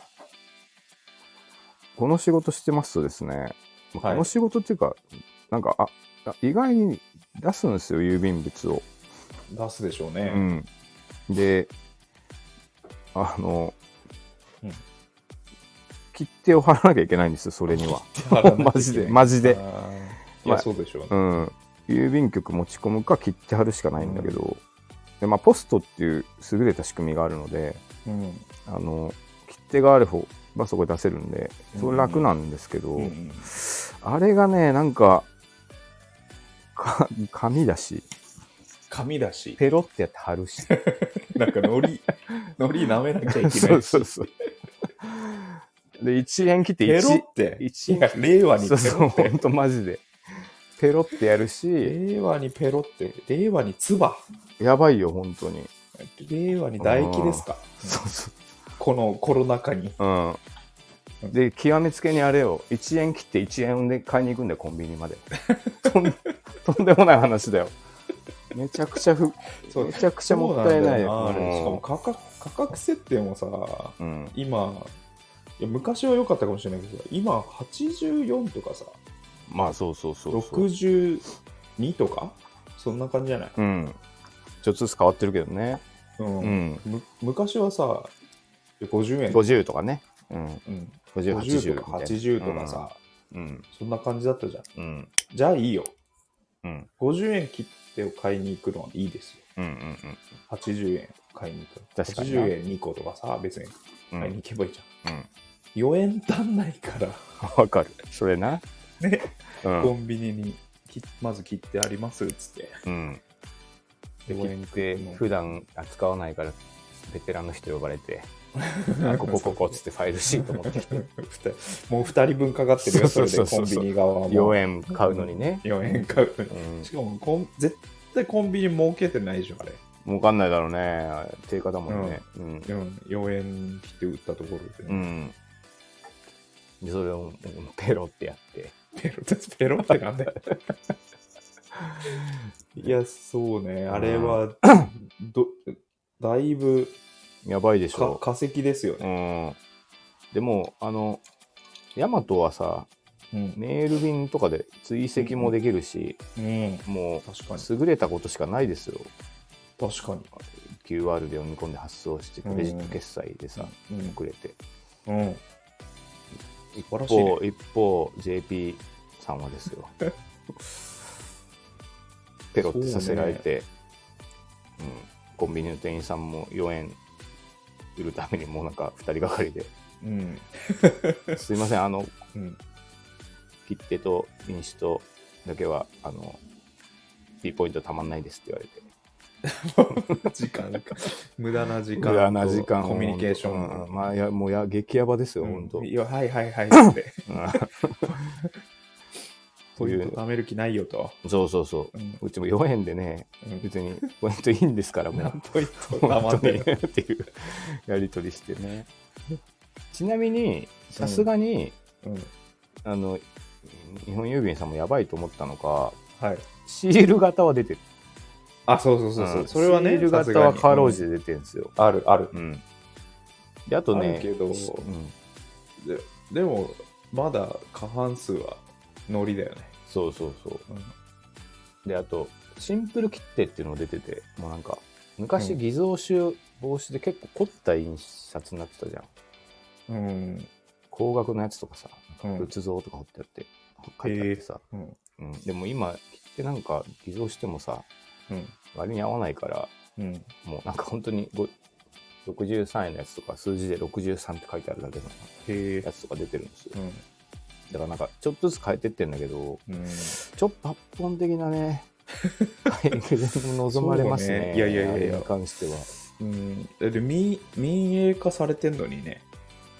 この仕事してますとですね、はい、この仕事っていうかなんかあ意外に出すんですよ郵便物を。 出すでしょうね。 うん、であの、うん、切手を貼らなきゃいけないんですよそれには。マジでマジで。 いやそうでしょうね。 うん、郵便局持ち込むか切って貼るしかないんだけど、うん、でまあ、ポストっていう優れた仕組みがあるので、うん、あの切手がある方がそこで出せるんでそれ楽なんですけど、うんうん、あれがねなんかか紙だし紙だしペロってやって貼るしなんかのりのり舐めなきゃいけないしそうそうそうでいちえん切ってペロっていちえん令和にペロってそうそうほんとマジでペロってやるし令和にペロって令和につばやばいよ本当に令和に唾液ですか、 うん、そうそうこのコロナ禍に、 うん、で極めつけにあれをいちえん切っていちえんで買いに行くんだよコンビニまでとんとんでもない話だよめちゃくちゃふめちゃくちゃもったいないよ、 あれしかも価格価格設定もさ、うん、今いや昔は良かったかもしれないけど今はちじゅうよんとかさまあそうそうそうそうろくじゅうにとかそんな感じじゃない、 うん、ちょっとずつ変わってるけどね、 うんうん、む昔はさごじゅうえんごじゅうとかね、うんうん、 ごじゅう、はちじゅうとかはちじゅうとかさ、うん、そんな感じだったじゃん、うん、じゃあいいよ、うん、ごじゅうえん切手を買いに行くのはいいですよ、うんうんうん、はちじゅうえん買いに行くはちじゅうえんにことかさ別に買いに行けばいいじゃん、うん、よえん足んないからわかるそれなね、うん、コンビニにまず切ってありますっつって、うん、 で切って普段扱わないからベテランの人呼ばれてあここここっつってファイルシート持ってきてもうふたりぶんかかってるよそれでコンビニ側はよえん買うのにね、 うん、よえん買うのに、うん、しかもコン絶対コンビニ儲けてないでしょあれ儲かんないだろうね定価だもんね、 うんうん、よえん切って売ったところで、うん、 でそれをペロってやってペロってペロってなんだよいやそうねあれはどだいぶやばいでしょ化石ですよね、 うん、でもあのヤマトはさ、うん、メール便とかで追跡もできるし、うんうん、もう確かに優れたことしかないですよ確かにキューアール で読み込んで発送してクレジット決済でさ、うん、送れて、うん、一方、ね、一方 ジェーピー さんはですよペロってさせられて、ねうん、コンビニの店員さんもよえん売るためにもうなんかふたりがかりで、うん、すいませんあの、うん、切手と民主党だけはあの P ポイントたまんないですって言われて時間か無駄な時間無駄な時間コミュニケーション、 うん、まあいやもうや激ヤバですよ、うん、本当いやはいはいはいってポイント貯める気ないよとそうそうそう、うん、うちもよえんでね、うん、別にポイントいいんですからもう何ポイント貯まってるっていうやり取りしてねちなみにさすがに、うんうん、あの日本郵便さんもやばいと思ったのか、はい、シール型は出てるあそうそうそうそう、うん、それはねシール型はカーロージで出てるんですよ、 うん、あるある、 うん、であとねあるけど、うん、で, でもまだ過半数はノリだよねそうそうそう、うん、であとシンプル切手っていうのも出ててもうなんか昔偽造集防止で結構凝った印刷になってたじゃん、うん、高額のやつとかさ仏像とか彫ってあって書いてあってさ、うんうん、でも今切手なんか偽造してもさ、うん、割に合わないから、うん、もうなんか本当にろくじゅうさんえんのやつとか数字でろくじゅうさんって書いてあるだけのやつとか出てるんですよ、うんだからなんかちょっとずつ変えてってんだけど、うん、ちょっと抜本的なね改善も望まれますね。 ねいやいやいやいやに関しては。 うん、だって民、民営化されてんのにね。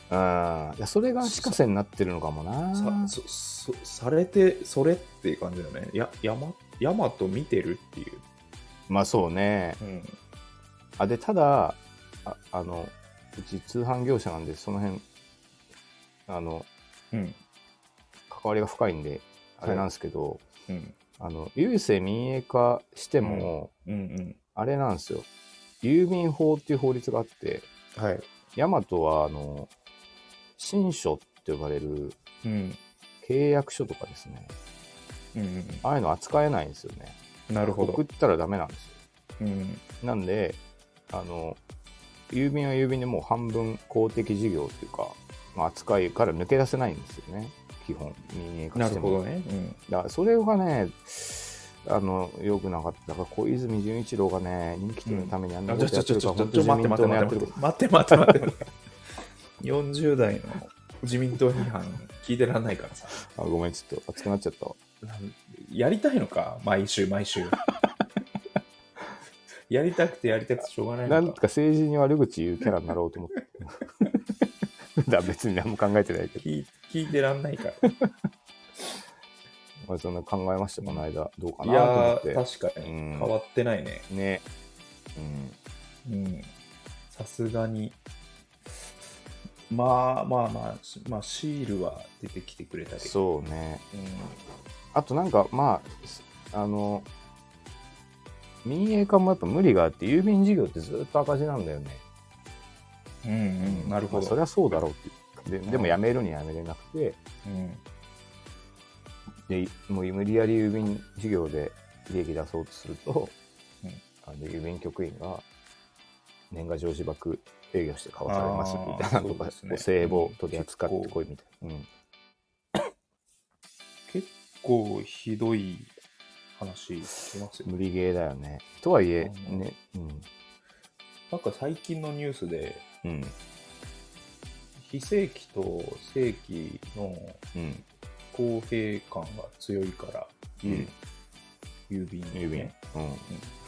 ああ、それが仕かせになってるのかもな。 さそそされてそれっていう感じだよね。や山山と見てるっていう。 まあそうね。 うん、 あでただああのうち通販業者なんでその辺あの、 うん、 関わりが深いんであれなんですけど、 はい、うん、 あの郵政民営化しても、 うんうん、 あれなんですよ。郵便法っていう法律があって、 はい、 ヤマトはあの信書って呼ばれるうん契約書とかですね、 うんうん、 ああいうの扱えないんですよね。 なるほど。 送ったらダメなんですよ。 うん、 なんであの郵便は郵便でもう半分公的事業っていうか、まあ、扱いから抜け出せないんですよね、基本民営化しても。 なるほどね。うん、 だからそれがねあのよくなかったから小泉純一郎がね人気取るためにあんなことやってるから、本当自民党のやってること待って待って待って待ってよんじゅう代の自民党批判聞いてらんないからさ。 あごめんちょっと熱くなっちゃったわ。 やりたいのか毎週毎週やりたくてやりたくてしょうがないのか。 なんか政治に悪口言うキャラになろうと思ってだ別に何も考えてないけど聞い聞いてらんないからまあそんな考えました、この間どうかいなと思って。 やー確かに変わってないね。 ねうん。さすがに。まあまあまあ、まあ、シールは出てきてくれたけど。 そうね。 うん、 あとなんかまあ、あの、民営化もやっぱ無理があって、郵便事業ってずっと赤字なんだよね。 うんうん、なるほど。 まあ、そりゃそうだろうってで。でもやめるにはやめれなくて、 うん、 でもう無理やり郵便事業で利益出そうとすると、うん、あの郵便局員が年賀状自爆営業して買わされますみたいなとか、お歳暮取り扱ってこいみたいな、うん、 結構ひどい話しますよね。 無理ゲーだよね。とはいえね、うん、 なんか最近のニュースで、 うん、 非正規と正規の公平感が強いから、うん、郵便、ね、 郵便、うんうん、 なんか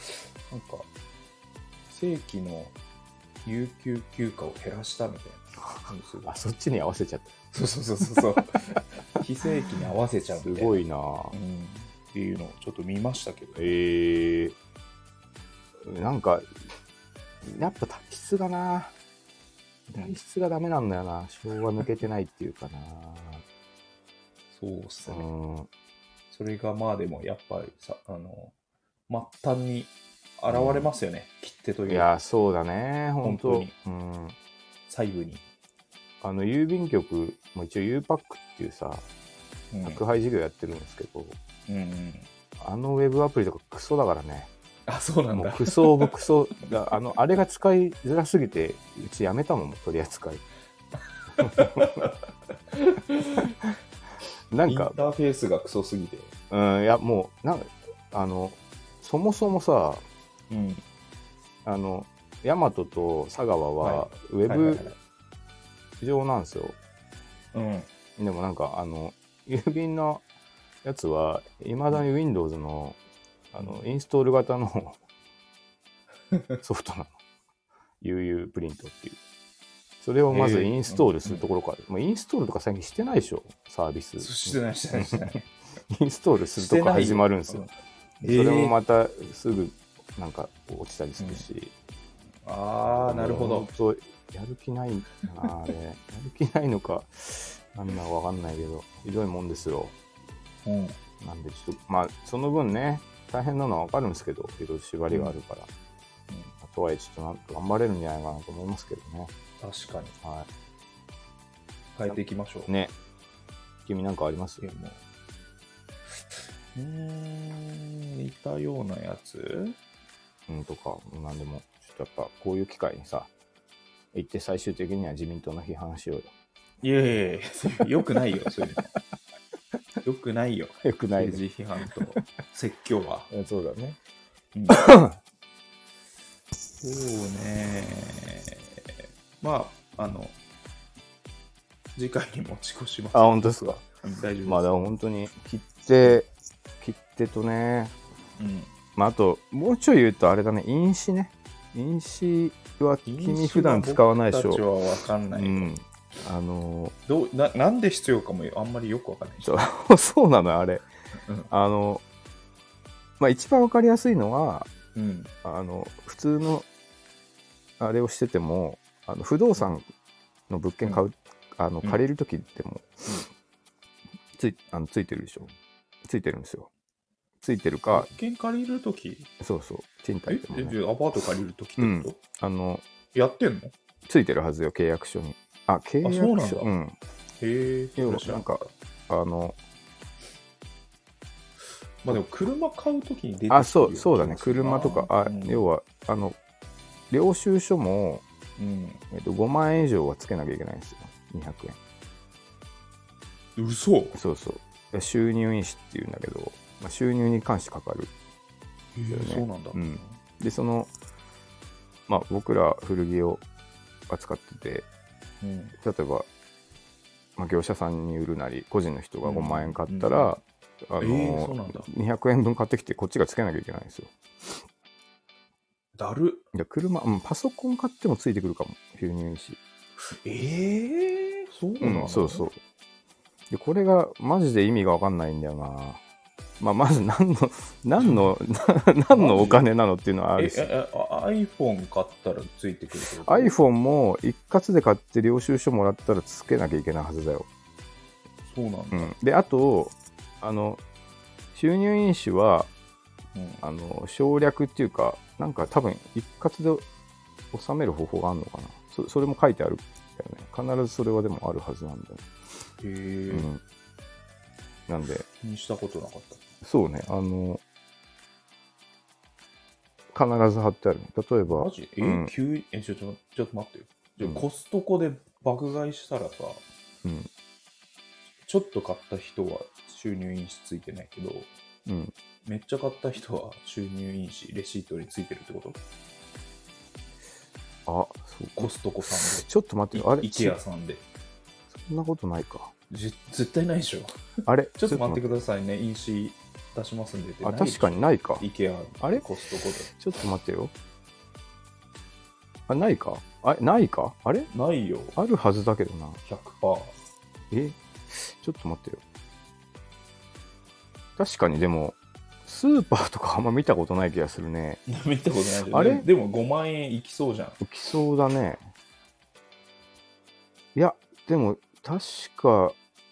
正規の有給休暇を減らしたみたいなニュースが。 あ、そっちに合わせちゃった。 そうそうそうそう非正規に合わせちゃうみたいな。 すごいな、 うん、っていうのをちょっと見ましたけど。 えー、なんかやっぱ体質がな体質がダメなんだよな、昭和抜けてないっていうかな。 そうっすね、うん、それがまあでもやっぱりさ、あの末端に現れますよね、うん、切手という。 いやそうだね、本当に、うん、 細部にあの郵便局も一応 ユーパック っていうさ、うん、宅配事業やってるんですけど、うんうん、あのウェブアプリとかクソだからね。 あ、そうなんだ。 もうクソオブクソだあのあれが使いづらすぎてうちやめたもん、取り扱いなんかインターフェースがクソすぎて、 うん、いやもうなんあのそもそもさ、うん、あの大和と佐川はウェブ上なんですよ、はいはいはいはい、うん、でもなんかあの郵便のやつはいまだに Windows のあのインストール型のソフトなのユーユー プリントっていう。それをまずインストールするところから、えーうん、もうインストールとか最近してないでしょ、サービス。 してないしてないしてないインストールするとこ始まるんですよ、うん、それもまたすぐなんか落ちたりするし、 うん、ああなるほど。 本当やる気ないなあれやる気ないのかなんだかわかんないけどひどいもんですよ、うん、なんでちょっとまあその分ね大変なのはわかるんですけど、いろいろ縛りがあるから、うんうん、あとはいえちょっとなんと頑張れるんじゃないかなと思いますけどね。 確かに、 はい、 変えていきましょうね。君なんかあります？ うーん、似たようなやつうんとかなんでもちょっとやっぱこういう機会にさ行って最終的には自民党の批判しようよ。 いやいやいやよくないよそういうのよくないよ。 よくない。 政治批判と説教は。 そうだね。 うん、そうね。まああの次回に持ち越します。 あ、本当ですか。 大丈夫です。 まあだから本当に切手切手とね。うん。まああともうちょい言うとあれだね、印紙ね。印紙は君普段使わないでしょ。 僕たちは分かんない。うん。 あのどう な, なんで必要かもあんまりよくわかんない。 そうそうなのよあれ、 うん、 あのまあ一番わかりやすいのは、 うん、 あの普通のあれをしてても、あの不動産の物件買う、うん、あの借りるときでも、うん、つ, いあのついてるでしょ。ついてるんですよ。ついてるか。 物件借りるとき？そうそう、賃貸でも、ね、 え、じゃあアパート借りるときってこと、うん、 あのやってんの？ ついてるはずよ、契約書に。あ、契約書。あ、そうなんだ。うん。へえ。 要はなんかあのまあでも車買うときに出てくる。 あ、そうそうだね。車とか、あ、うん、要はあの領収書も、うん、えっとごまんえん以上はつけなきゃいけないんですよ。にひゃくえん。 嘘？ そうそう。収入印紙っていうんだけど、まあ、収入に関してかかる、 ね。へえ、そうなんだ。 うん、でそのまあ僕ら古着を扱ってて、うん、例えば、まあ、業者さんに売るなり個人の人がごまんえん買ったら、うんうん、あのーえー、そうなんだ。にひゃくえんぶん買ってきてこっちがつけなきゃいけないんですよ。 だる。 いや車、うん、パソコン買ってもついてくるかも、収入印紙。 えー、そうなの、 うん、そうそう。でこれがマジで意味が分かんないんだよな。まあ、まず何の何の何のお金なのっていうのはあるし、 ええ iPhone 買ったらついてくるってこと？ iPhone も一括で買って領収書もらったらつけなきゃいけないはずだよ。 そうなんだ、 うん、であとあの収入印紙は、うん、あの省略っていうかなんか多分一括で収める方法があるのかな。 そ, それも書いてあるんだよね。必ずそれはでもあるはずなんだよ。 へえ、うん、 なんで気にしたことなかった。 そうね、あの必ず貼ってある。例えばマジ？え、うん、急えちょっとちょっと待ってよ。じゃ、うん、コストコで爆買いしたらさ、うん、ちょっと買った人は収入印紙ついてないけど、うん、めっちゃ買った人は収入印紙レシートについてるってこと？ あ、そうコストコさんで。 ちょっと待ってよ、あれ？ イケアさんで。 そんなことないか。 絶対ないでしょ。 あれ？ ちょっと待ってくださいね、印紙出しますんでって。 あ、確かにないか。 イケア、 あれ？ コストコで。 ちょっと待ってよ。あ、ないか？あれ、ないか？あれ？ ないよ。 あるはずだけどな。 ひゃくパーセント。 え？ちょっと待ってよ。確かにでも、スーパーとかあんま見たことない気がするね。 見たことないじゃん。 あれ？ でもごまんえんいきそうじゃん。 いきそうだね。いや、でも確か、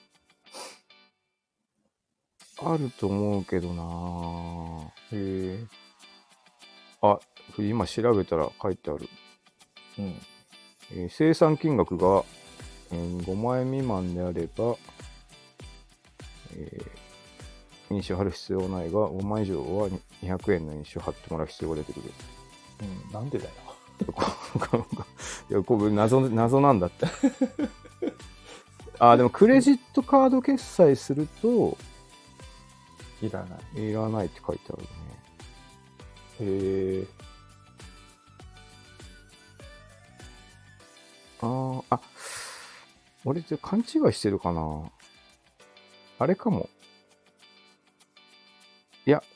あると思うけどな。へえ。あ、今調べたら書いてある。うん。えー、生産金額が、えー、ごまんえん未満であれば、えー、印紙を貼る必要ないが、ごまんえん以上はにひゃくえんの印紙を貼ってもらう必要が出てくる。 うん、なんでだよ。 いや、これ謎、謎なんだって。あ、でもクレジットカード決済すると、 いらない。 いらないって書いてあるね。 へえ。 あー、あ、俺って勘違いしてるかな。あれかも。いや。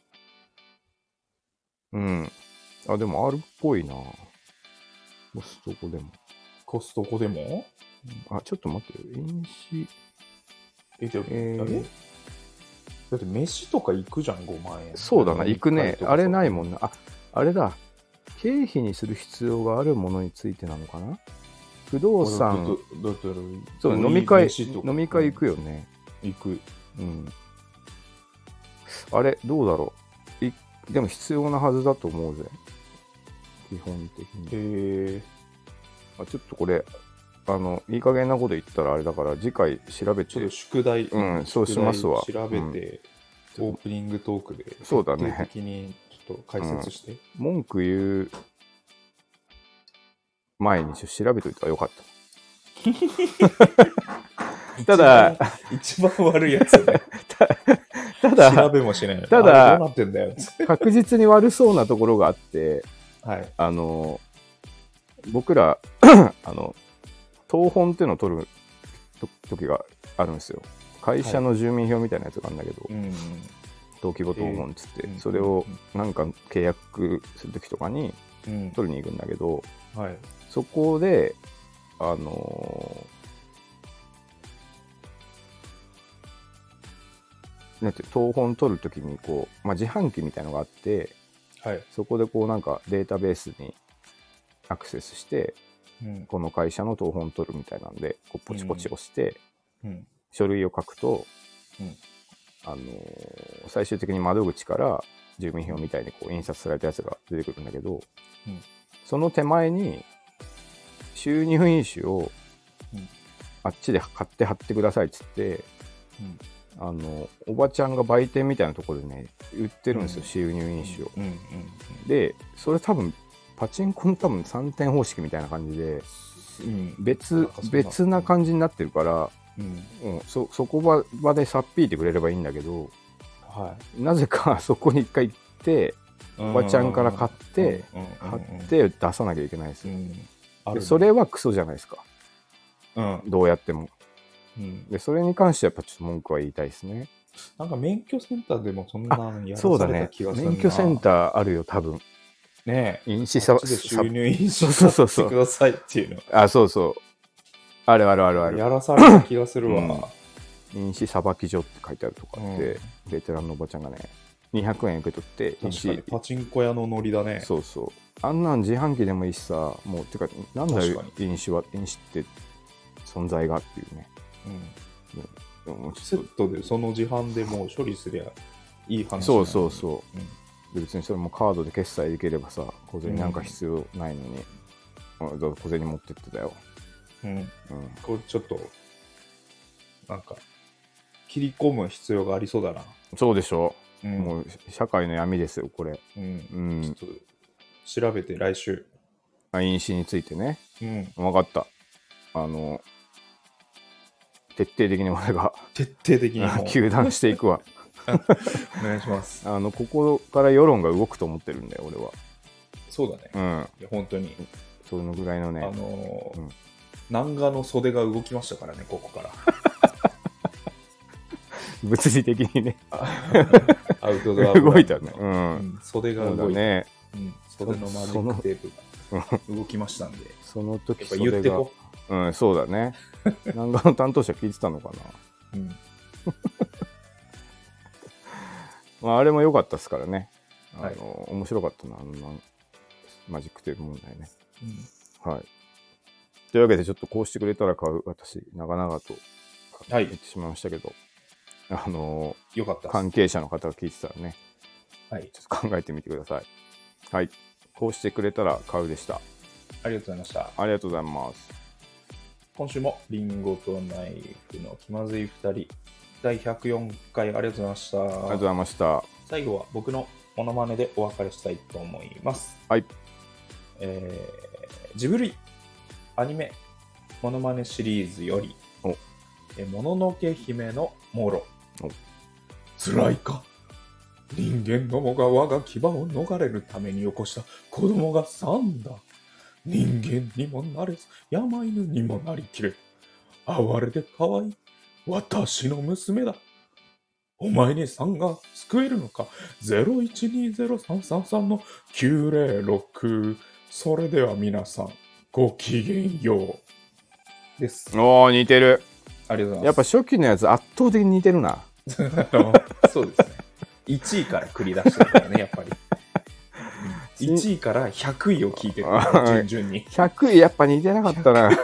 うん。あ、でもあるっぽいな。コストコでも。 コストコでも？ あ、ちょっと待ってよ。印紙。 え、でも、えー、あれだって飯とか行くじゃん、ごまんえん。 そうだな、行くね。あれないもんな。あ、あれだ。経費にする必要があるものについてなのかな。不動産。そう、飲み会、飲み会行くよね。 行く。 うん。あれ、どうだろう。いでも必要なはずだと思うぜ。基本的に。 へえ。 あ、ちょっとこれ、あの、いい加減なこと言ったらあれだから、次回調べて。 ちょっと宿題、 うん、そうしますわ。 調べて、うん、オープニングトークで、 そうだね。 徹底的にちょっと解説して。うん、 文句言う前に調べといたらよかった。ただ、 一番悪いやつね。 ただ、 調べもしない。 ただ、 どうなってんだよ。 確実に悪そうなところがあって、 はい、 あの、僕ら、あの、謄本っていうのを取る時があるんですよ。会社の住民票みたいなやつがあるんだけど、はい、登記簿謄本っつって、えー、それをなんか契約する時とかに取りに行くんだけど、 うん、はい、 そこで、あのなんて謄本取るときにこう、まあ、自販機みたいのがあって、 はい、 そこでこうなんかデータベースにアクセスして、うん、この会社の謄本取るみたいなんでこうポチポチ押して、うん、書類を書くと、うん、あのー、最終的に窓口から住民票みたいにこう印刷されたやつが出てくるんだけど、うん、その手前に収入印紙をあっちで買って貼ってくださいっつって、うん、あのおばちゃんが売店みたいなところでね売ってるんですよ、うん、収入印紙を、うんうんうんうん、でそれ多分パチンコの多分さんてん方式みたいな感じで、うん、別別な感じになってるから、うんうん、そ, そこ場, 場でさっぴいてくれればいいんだけど、はい、なぜかそこに一回行っておばちゃんから買って貼って出さなきゃいけないですよ、うんうん、でそれはクソじゃないですか、うん、どうやっても、うん、でそれに関してはやっぱちょっと文句は言いたいですね。 なんか免許センターでもそんなのやらされた気がするな。 そうだね、免許センターあるよ多分ねえ、 印紙さ収入印紙させてくださいっていうの。 あ、そうそう。あるあるあるある。 やらされた気がするわ。 うん、印紙さばき所って書いてあるとかって、うん、ベテランのおばちゃんがね、にひゃくえん受け取って、 確かにパチンコ屋のノリだね。 そうそう。あんなん自販機でもいいしさ、もう、てか、なんだよ、印紙は、印紙って存在がっていうね。 うん。うん、セットでその自販でもう処理すりゃいい話。 そうそうそう。うん別にそれもカードで決済できればさ小銭なんか必要ないのに、うん、小銭持ってってたよ、 うんうん、これちょっとなんか切り込む必要がありそうだな。 そうでしょ、うん、もう社会の闇ですよこれ、 うんうん、ちょっと調べて来週印紙についてね、うん、分かった。あの徹底的に俺が徹底的に糾弾していくわお願いします。 あのここから世論が動くと思ってるんだよ俺は。 そうだね、うん、いや本当にそのぐらいのね、 あのーうん、南画の袖が動きましたからねここから物理的にねアウトドア動いたね、 うんうん、袖が動いたね、うん、袖のマジックテープが動きましたんでその時やっぱ言ってこうんそうだね南画の担当者聞いてたのかな、うんまあ、あれも良かったですからね。あの、はい、面白かったな、あのマジックテープ問題ね、うん。はい。というわけで、ちょっとこうしてくれたら買う、私、長々と言ってしまいましたけど、はい、あのよかったです。 関係者の方が聞いてたらね、 はい、 ちょっと考えてみてください。はい。こうしてくれたら買うでした。 ありがとうございました。 ありがとうございます。 今週もリンゴとナイフの気まずいふたり。だいひゃくよんかいありがとうございました。ありがとうございました。 最後は僕のモノマネでお別れしたいと思います。 はい。 えー、ジブリアニメモノマネシリーズより、えもののけ姫のモロ。辛いか。人間どもが我が牙を逃れるために起こした子供がさんだ。人間にもなれず、山犬にもなりきれ。哀れで可愛い。私の娘だ。お前にさんが救えるのか。ゼロいちにゼロさんさんさんのきゅうゼロろく。それでは皆さん、ごきげんよう。です。 おー、似てる。 ありがとうございます。 やっぱ初期のやつ圧倒的に似てるな。 そうですね。いちいから繰り出してるからね、やっぱり。いちいからひゃくいを聞いてる、順々に。 ひゃくいやっぱ似てなかったな。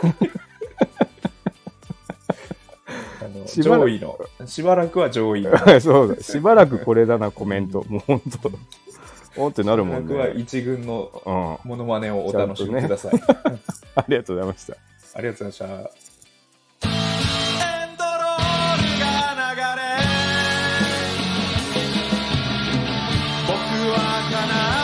上位のしばらくは上位のそうだしばらくこれだなコメント、うん、もう本当おってなるもんね。 しばらくは一軍のモノマネをお楽しみください、ね、 ありがとうございました。 ありがとうございました。僕は